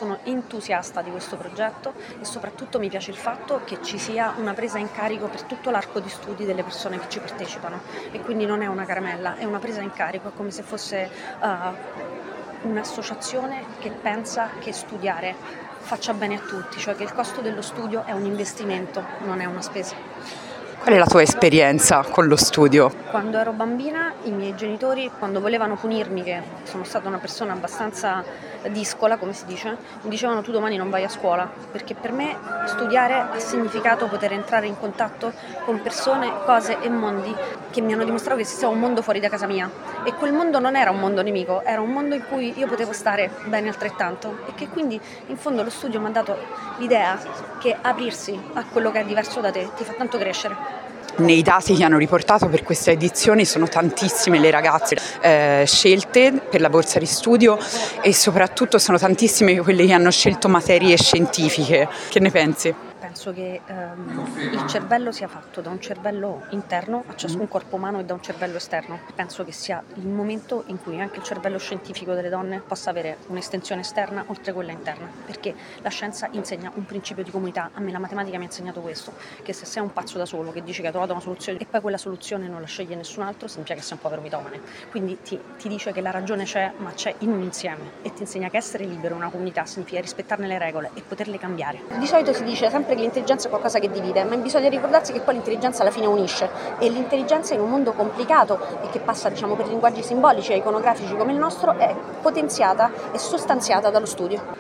sono entusiasta di questo progetto e soprattutto mi piace il fatto che ci sia una presa in carico per tutto l'arco di studi delle persone che ci partecipano, e quindi non è una caramella, è una presa in carico, è come se fosse un'associazione che pensa che studiare faccia bene a tutti, cioè che il costo dello studio è un investimento, non è una spesa. Qual è la tua esperienza con lo studio? Quando ero bambina i miei genitori, quando volevano punirmi, che sono stata una persona abbastanza discola, come si dice, mi dicevano: tu domani non vai a scuola, perché per me studiare ha significato poter entrare in contatto con persone, cose e mondi che mi hanno dimostrato che esisteva un mondo fuori da casa mia, e quel mondo non era un mondo nemico, era un mondo in cui io potevo stare bene altrettanto, e che quindi in fondo lo studio mi ha dato l'idea che aprirsi a quello che è diverso da te ti fa tanto crescere. Nei dati che hanno riportato per questa edizione sono tantissime le ragazze scelte per la borsa di studio, e soprattutto sono tantissime quelle che hanno scelto materie scientifiche. Che ne pensi? Penso che il cervello sia fatto da un cervello interno a ciascun corpo umano e da un cervello esterno. Penso che sia il momento in cui anche il cervello scientifico delle donne possa avere un'estensione esterna oltre quella interna, perché la scienza insegna un principio di comunità. A me la matematica mi ha insegnato questo, che se sei un pazzo da solo che dici che hai trovato una soluzione e poi quella soluzione non la sceglie nessun altro, significa che sei un povero mitomane. Quindi ti dice che la ragione c'è, ma c'è in un insieme, e ti insegna che essere libero in una comunità significa rispettarne le regole e poterle cambiare. Di solito si dice sempre che l'intelligenza è qualcosa che divide, ma bisogna ricordarsi che poi l'intelligenza alla fine unisce, e l'intelligenza in un mondo complicato e che passa per linguaggi simbolici e iconografici come il nostro è potenziata e sostanziata dallo studio.